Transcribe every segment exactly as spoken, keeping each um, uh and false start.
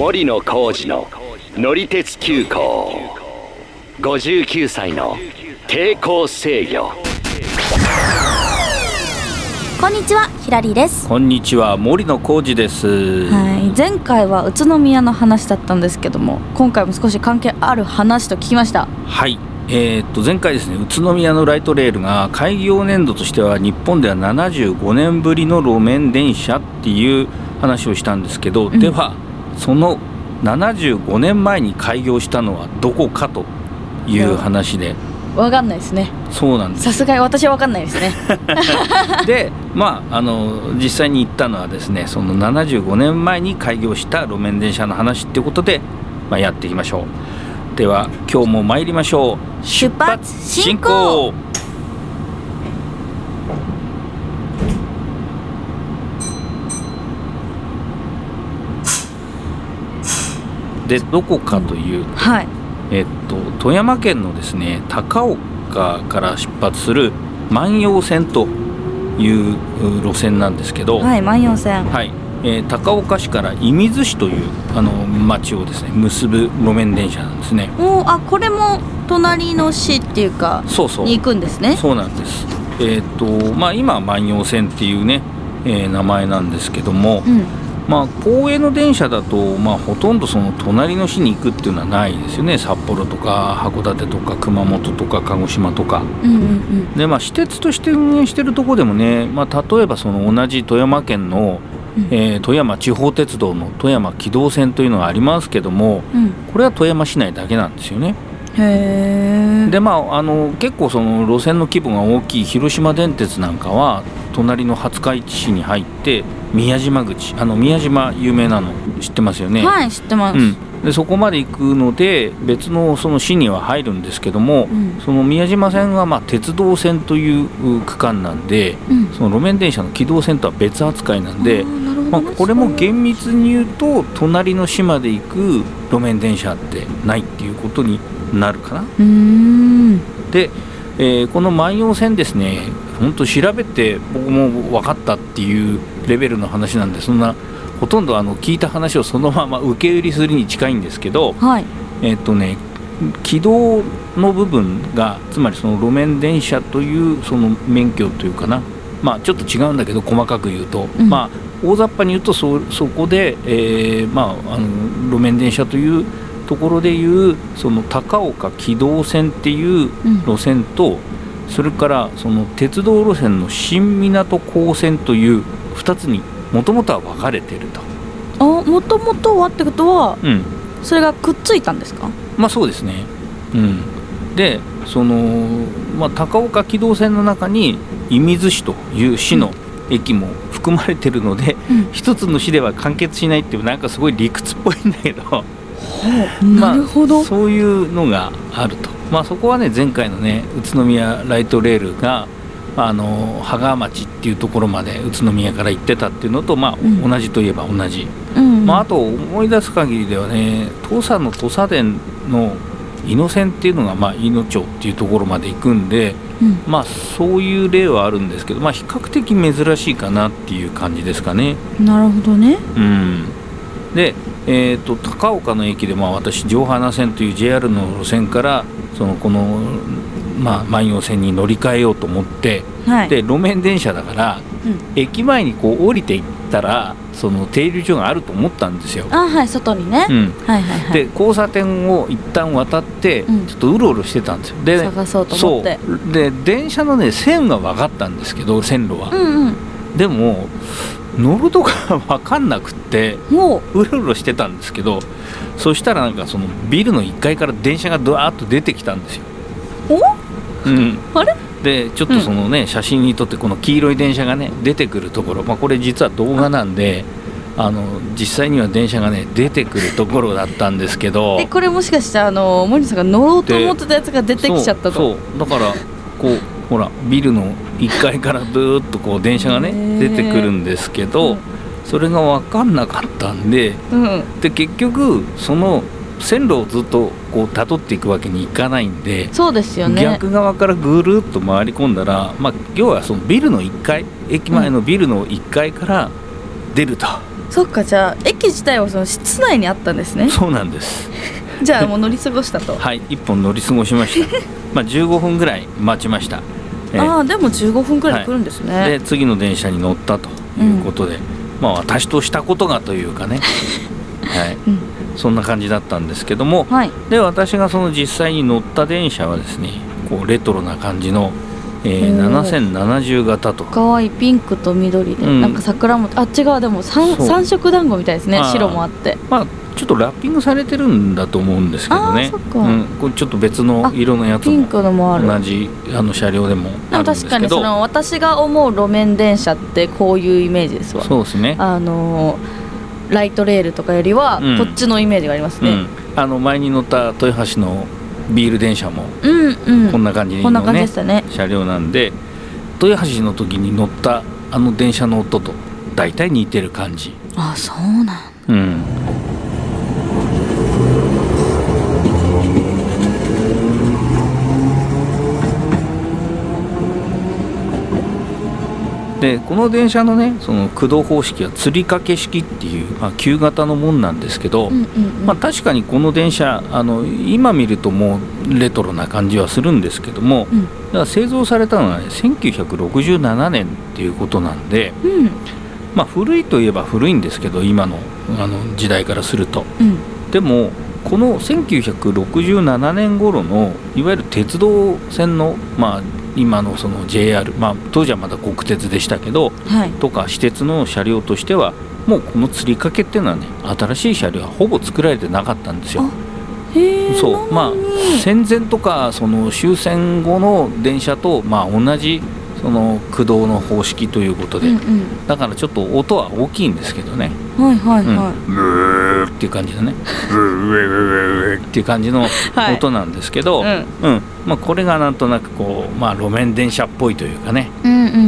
森野浩二の乗り鉄急行。ごじゅうきゅうさいの抵抗制御。 こんにちは、ヒラリーです。 こんにちは、森野浩二です。 はい、前回は宇都宮の話だったんですけども、今回も少し関係ある話と聞きました。 はい、えー、っと前回ですね、宇都宮のライトレールが開業年度としては日本ではななじゅうごねんぶりの路面電車っていう話をしたんですけど、うん、ではそのななじゅうごねんまえに開業したのはどこかという話で、 分かんないですね。 そうなんです。 さすがに私は分かんないですねで、まあ、あの実際に行ったのはですね、そのななじゅうごねんまえに開業した路面電車の話っていうことで、まあ、やっていきましょう。では今日も参りましょう。 出発進行。 でどこかというと、 はい、 えっと、富山県のですね、高岡から出発する万葉線という路線なんですけど、 はい、万葉線、 はい、えー、高岡市から射水市というあの町をですね結ぶ路面電車なんですね。 おあ、これも隣の市っていうか、 そうそうに行くんですね。 そうなんです。えーっとまあ、今は万葉線っていうね、えー、名前なんですけども、うん、まあ、公営の電車だと、まあ、ほとんどその隣の市に行くっていうのはないですよね。札幌とか函館とか熊本とか鹿児島とか、うんうんうん、で、まあ、私鉄として運営してるところでもね、まあ、例えばその同じ富山県の、うんえー、富山地方鉄道の富山機動線というのがありますけども、うん、これは富山市内だけなんですよね。 へで、まあ、あの結構その路線の規模が大きい広島電鉄なんかは隣の廿日市市に入って宮島口、あの宮島有名なの知ってますよね。 はい、知ってます、うん、 でそこまで行くので別のその市には入るんですけども、うん、その宮島線はまあ鉄道線という区間なんで、うん、その路面電車の機動線とは別扱いなんで、まあ、これも厳密に言うと隣の市まで行く路面電車ってないっていうことになるかな。 うーんで、えー、この万葉線ですね、本当調べて僕も分かったっていうレベルの話なんで、そんなほとんどあの聞いた話をそのまま受け売りするに近いんですけど、 はい、 えーっとね、軌道の部分が、つまりその路面電車というその免許というかな、まあ、ちょっと違うんだけど細かく言うと、うん、まあ、大雑把に言うと そ, そこで、えーまあ、あの路面電車というところでいうその高岡機動線っていう路線と、うん、それからその鉄道路線の新湊高線というふたつにもともとは分かれていると。 あ、もともとはってことは、 うん、 それがくっついたんですか。 まあそうですね、うん、でその、まあ、高岡機動線の中に射水市という市の駅も含まれているので、うん、一つの市では完結しないっていう、なんかすごい理屈っぽいんだけどなるほど、 まあ、そういうのがあると。まあ、そこはね、前回のね宇都宮ライトレールがあの芳賀町っていうところまで宇都宮から行ってたっていうのと、まあ、うん、同じといえば同じ、うんうん、まあ、あと思い出す限りではね、土佐の土佐電の伊野線っていうのが、まあ、伊野町っていうところまで行くんで、うん、まあ、そういう例はあるんですけど、まあ、比較的珍しいかなっていう感じですかね。 なるほどね、 うん、で、えー、と高岡の駅で、まあ、私上花線という ジェイアール の路線からそのこの、まあ、万葉線に乗り換えようと思って、はい、で路面電車だから、うん、駅前にこう降りていったらその停留所があると思ったんですよ。 あ、はい、外にね、 うん、 はいはいはい、 で交差点を一旦渡って、うん、ちょっとうろうろしてたんですよ。で探そうと思って、 そうで電車の、ね、線は分かったんですけど、線路は、うんうん、でも乗るとか分かんなくってもううろうろしてたんですけど、そしたらなんかそのビルのいっかいから電車がドワーッと出てきたんですよ。 お、 うん、 あれでちょっとそのね、うん、写真に撮ってこの黄色い電車がね出てくるところ、まあ、これ実は動画なんで、あの実際には電車がね出てくるところだったんですけど、 え、これもしかしてあの森さんが乗ろうと思ってたやつが出てきちゃったと。 そうそうだからこうほらビルのいっかいからブーッとこう電車がね出てくるんですけど、うん、それが分かんなかったんで、うん、で結局その線路をずっとこう辿っていくわけにいかないんで、 そうですよね、 逆側からぐるっと回り込んだら、まあ、要はそのビルのいっかい、駅前のビルのいっかいから出ると、 そっか、じゃあ駅自体はその室内にあったんですね。 そうなんですじゃあもう乗り過ごしたとはいいっぽん乗り過ごしましたまあじゅうごふんぐらい待ちました。えーああでもじゅうごふんくらいで来るんですね、 はい、で次の電車に乗ったということで、うん、まあ私としたことがというかねはい、うん、そんな感じだったんですけども、はい、で私がその実際に乗った電車はですね、こうレトロな感じの、えー、ななせんななじゅう型とかわいいピンクと緑で、うん、なんか桜もあっち側でも 3, 三色団子みたいですね。白もあって、 まあちょっとラッピングされてるんだと思うんですけどね。あ、そっか、うん、これちょっと別の色のやつも同じあの車両でもあるんですけど、 確かにその私が思う路面電車ってこういうイメージですわ。 そうですね、 あのライトレールとかよりはこっちのイメージがありますね、うんうん、 あの前に乗った豊橋のビール電車もこんな感じの、ね、 でしたね、 車両なんで、豊橋の時に乗ったあの電車の音と大体似てる感じ。 あ、そうなん、うん、 でこの電車のね、その駆動方式は吊り掛け式っていう、まあ、旧型のもんなんですけど、うんうんうん、まあ、確かにこの電車あの今見るともうレトロな感じはするんですけども、うん、だから製造されたのは、ね、せんきゅうひゃくろくじゅうななねんっていうことなんで、うん、まあ、古いといえば古いんですけど今の、あの時代からすると、うん、でもこのせんきゅうひゃくろくじゅうななねん頃のいわゆる鉄道線の、まあ今のその ジェイアール、まあ、当時はまだ国鉄でしたけど、はい、とか私鉄の車両としてはもうこの吊り掛けっていうのはね、新しい車両はほぼ作られてなかったんですよ。 へー、 そう、まあ、戦前とかその終戦後の電車と、まあ、同じその駆動の方式ということで、うんうん、だからちょっと音は大きいんですけどね、 はいはいはい、うん、 ブーっていう感じのねブーブーブーブーっていう感じの音なんですけど、はい、うんうん、まあ、これがなんとなくこう、まあ、路面電車っぽいというかね、うんうんうん、うん、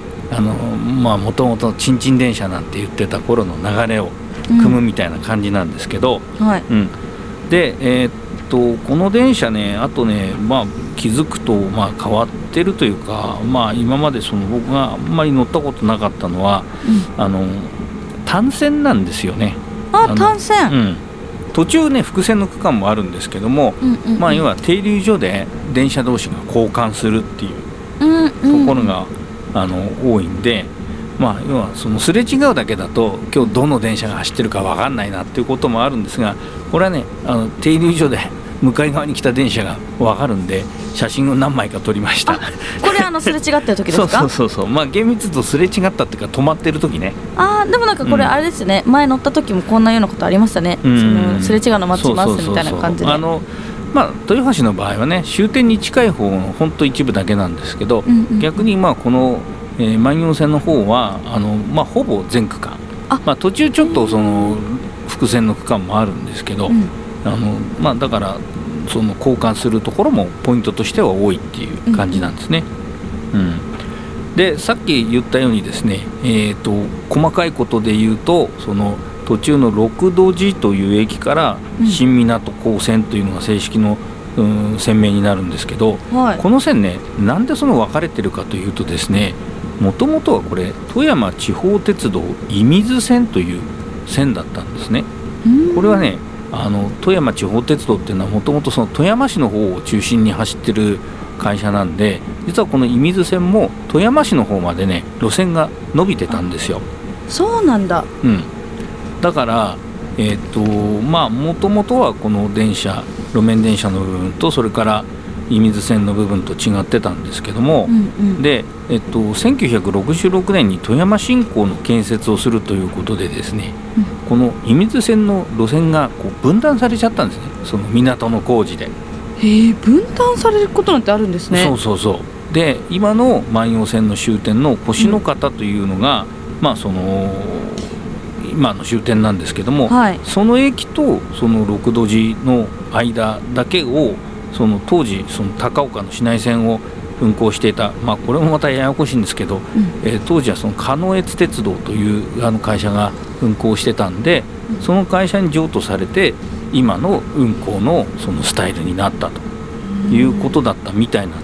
あのまあもともとちんちん電車なんて言ってた頃の流れを組むみたいな感じなんですけど、うん、はい、うん、で、えー、っとこの電車ね、あとね、まあ、気づくと、まあ、変わってるというか、まあ、今までその僕があんまり乗ったことなかったのは、うん、あの単線なんですよね。 ああ、単線、 うん、途中ね複線の区間もあるんですけども、うんうんうん、まあ、要は停留所で電車同士が交換するっていうところが、うんうん、あの多いんで、まあ、要はそのすれ違うだけだと今日どの電車が走ってるか分かんないなっていうこともあるんですが、これはね、あの停留所で向かい側に来た電車が分かるんで写真を何枚か撮りました。 これあのすれ違ってる時ですか？ そうそうそうそう、まあ、厳密とすれ違ったっていうか止まってる時ね。 あー、でもなんかこれあれですね、うん、前乗った時もこんなようなことありましたね、うん、そのすれ違うの待ちますみたいな感じで。 あのまあ、豊橋の場合はね、終点に近い方のほんと一部だけなんですけど、うんうん、逆にまあこの、えー、万葉線の方はあの、まあ、ほぼ全区間、あ、まあ、途中ちょっとその複線の区間もあるんですけど、うん、あのまあ、だからその交換するところもポイントとしては多いっていう感じなんですね、うんうん、でさっき言ったようにですね、えーと、細かいことで言うと、その途中の六度寺という駅から新湊高線というのが正式の、うん、線名になるんですけど、はい、この線ね、なんでその分かれてるかというとですね、もともとはこれ富山地方鉄道射水線という線だったんですね。これはね、あの富山地方鉄道っていうのはもともとその富山市の方を中心に走ってる会社なんで、実はこの射水線も富山市の方までね路線が伸びてたんですよ。 そうなんだ、 うん、だからえーとまあもともとはこの電車、路面電車の部分とそれから射水線の部分と違ってたんですけども、うんうん、で、えっと、せんきゅうひゃくろくじゅうろくねんに富山新港の建設をするということでですね、うん、この射水線の路線がこう分断されちゃったんですね、その港の工事で。 へえ、分断されることなんてあるんですね。 そうそうそう。で、今の万葉線の終点の腰の方というのが、うん、まあその今の終点なんですけども、はい、その駅とその六度寺の間だけをその当時その高岡の市内線を運行していた、まあ、これもまたややこしいんですけど、うん、えー、当時はその加納越鉄道というあの会社が運行してたんで、うん、その会社に譲渡されて今の運行のそのスタイルになったということだったみたいなんです。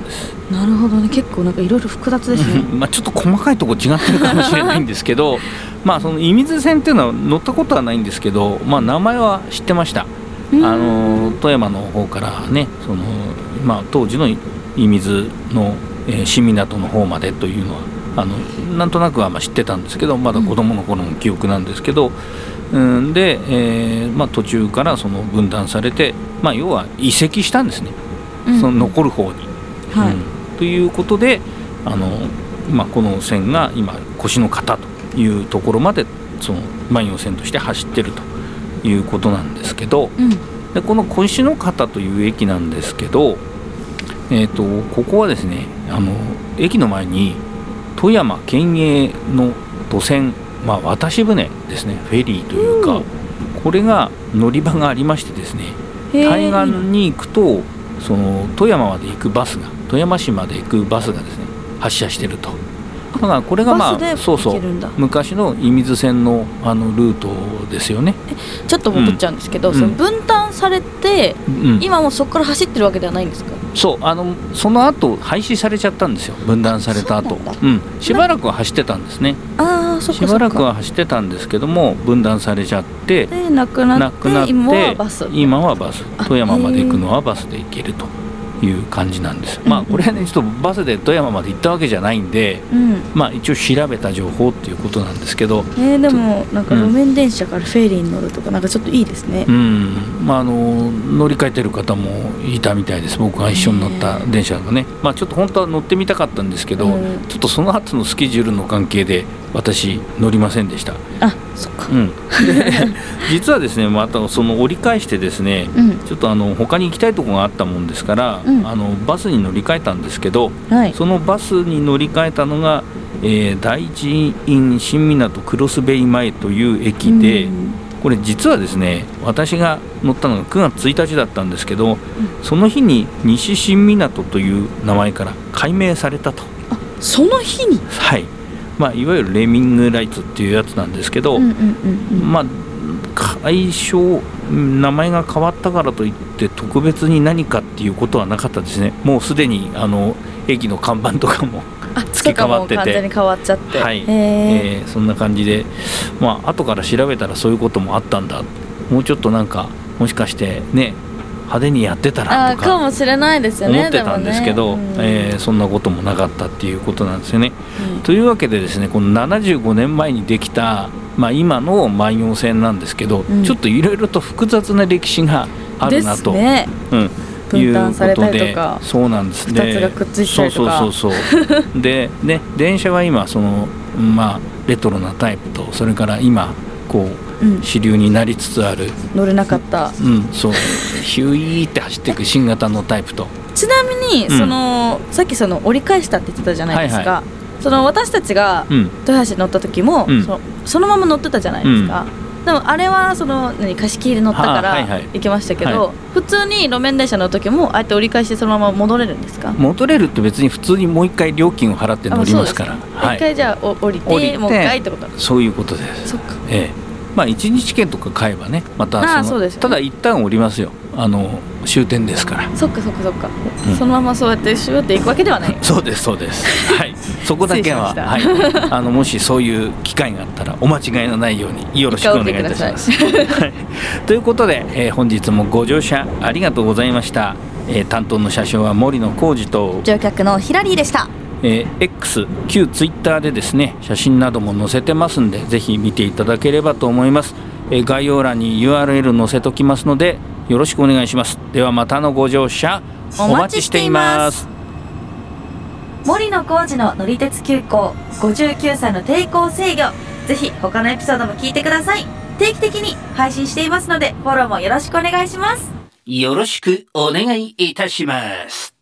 なるほどね、結構なんかいろいろ複雑ですねまあちょっと細かいところ違ってるかもしれないんですけどまあその射水線っていうのは乗ったことはないんですけど、まあ、名前は知ってました。あの富山の方からねその、まあ、当時の射水の、えー、新港の方までというのはあのなんとなくはまあ知ってたんですけど、まだ子供の頃の記憶なんですけど、うん、で、えーまあ、途中からその分断されて、まあ、要は移籍したんですね、うん、その残る方に、はい、うん、ということであの、まあ、この線が今腰の型というところまでその万葉線として走ってるということなんですけど、うん、でこの腰の型という駅なんですけど、えー、とここはですねあの駅の前に富山県営の渡船、まあ、渡し船ですね、フェリーというか、うん、これが乗り場がありましてですね、対岸に行くとその富山まで行くバスが富山市まで行くバスがですね発車してると。だからこれがまあそうそう昔の射水線のあのルートですよね。 ちょっと戻っちゃうんですけど、うん、その分担されて、うん、今もそこから走ってるわけではないんですか？ そうあのその後廃止されちゃったんですよ、分断された後、うん、しばらくは走ってたんですね。 あそっかそっか、 しばらくは走ってたんですけども分断されちゃってでなくなって、なくなって今はバス今はバス富山まで行くのはバスで行けるという感じなんです。まあこれはねちょっとバスで富山まで行ったわけじゃないんで、うん、まあ一応調べた情報っていうことなんですけど、 えー、でもなんか路面電車からフェリーに乗るとかなんかちょっといいですね。 うん、まああの乗り換えてる方もいたみたいです。僕が一緒に乗った電車がね、まあちょっと本当は乗ってみたかったんですけど、うん、ちょっとその後のスケジュールの関係で私乗りませんでした。 あ、そっか。 うん、で実はですねまたその折り返してですね、うん、ちょっとあの他に行きたいところがあったもんですから、うん、あのバスに乗り換えたんですけど、はい、そのバスに乗り換えたのが、えー、第一院新港クロスベイ前という駅で、うん、これ実はですね私が乗ったのがくがつついたちだったんですけど、うん、その日に西新港という名前から改名されたと。 あ、その日に？ はい、まあ、いわゆるレーミングライツっていうやつなんですけど、うんうんうんうん、まあ解消名前が変わったからといって特別に何かっていうことはなかったですね。もうすでにあの駅の看板とかも付け替わってて、 完全に変わっちゃって、 はい、えー、そんな感じで、まあ後から調べたらそういうこともあったんだ、もうちょっとなんかもしかしてね派手にやってたらとかかもしれないですよね、 思ってたんですけど、ね、うん、えー、そんなこともなかったっていうことなんですよね、うん、というわけでですねこのななじゅうごねんまえにできた、まあ、今の万葉線なんですけど、うん、ちょっといろいろと複雑な歴史があるなと、 ね、 うん、 分担されたりとか、 そうなんですね、 ふたつがくっついたりとか、 そうそうそうそうでね電車は今その、まあ、レトロなタイプとそれから今こううん、主流になりつつある乗れなかった、 うん、そうヒュイーって走っていく新型のタイプとちなみに、うん、そのさっきその折り返したって言ってたじゃないですか、はいはい、その私たちが豊橋に乗った時も、うん、そのそのまま乗ってたじゃないですか、うん、でもあれはその何貸し切り乗ったから行きましたけど、はいはい、普通に路面電車の時もああやって折り返してそのまま戻れるんですか？ 戻れるって別に普通にもう一回料金を払って乗りますから、 はい、一回じゃあ降りてもう一回ってこと？ そういうことです。 そっか、 ええ、まあ、いちにち券とか買えばねまたその、ね、ただ一旦降りますよ、あの終点ですから。 そっかそっかそっか、うん、そのままそうやってシューっていくわけではない。 そうですそうです、はい、そこだけは、はい、あのもしそういう機会があったらお間違いのないようによろしくお願いいたします。はい、ということで、えー、本日もご乗車ありがとうございました、えー、担当の車掌は森野浩二と乗客のヒラリーでした。 えー、X 旧ツイッターでですね写真なども載せてますんでぜひ見ていただければと思います、えー、概要欄に ユーアールエル 載せときますのでよろしくお願いします。ではまたのご乗車お待ちしています。 森野浩二の乗り鉄急行ごじゅうきゅうさいの抵抗制御、ぜひ他のエピソードも聞いてください。定期的に配信していますのでフォローもよろしくお願いします。 よろしくお願いいたします。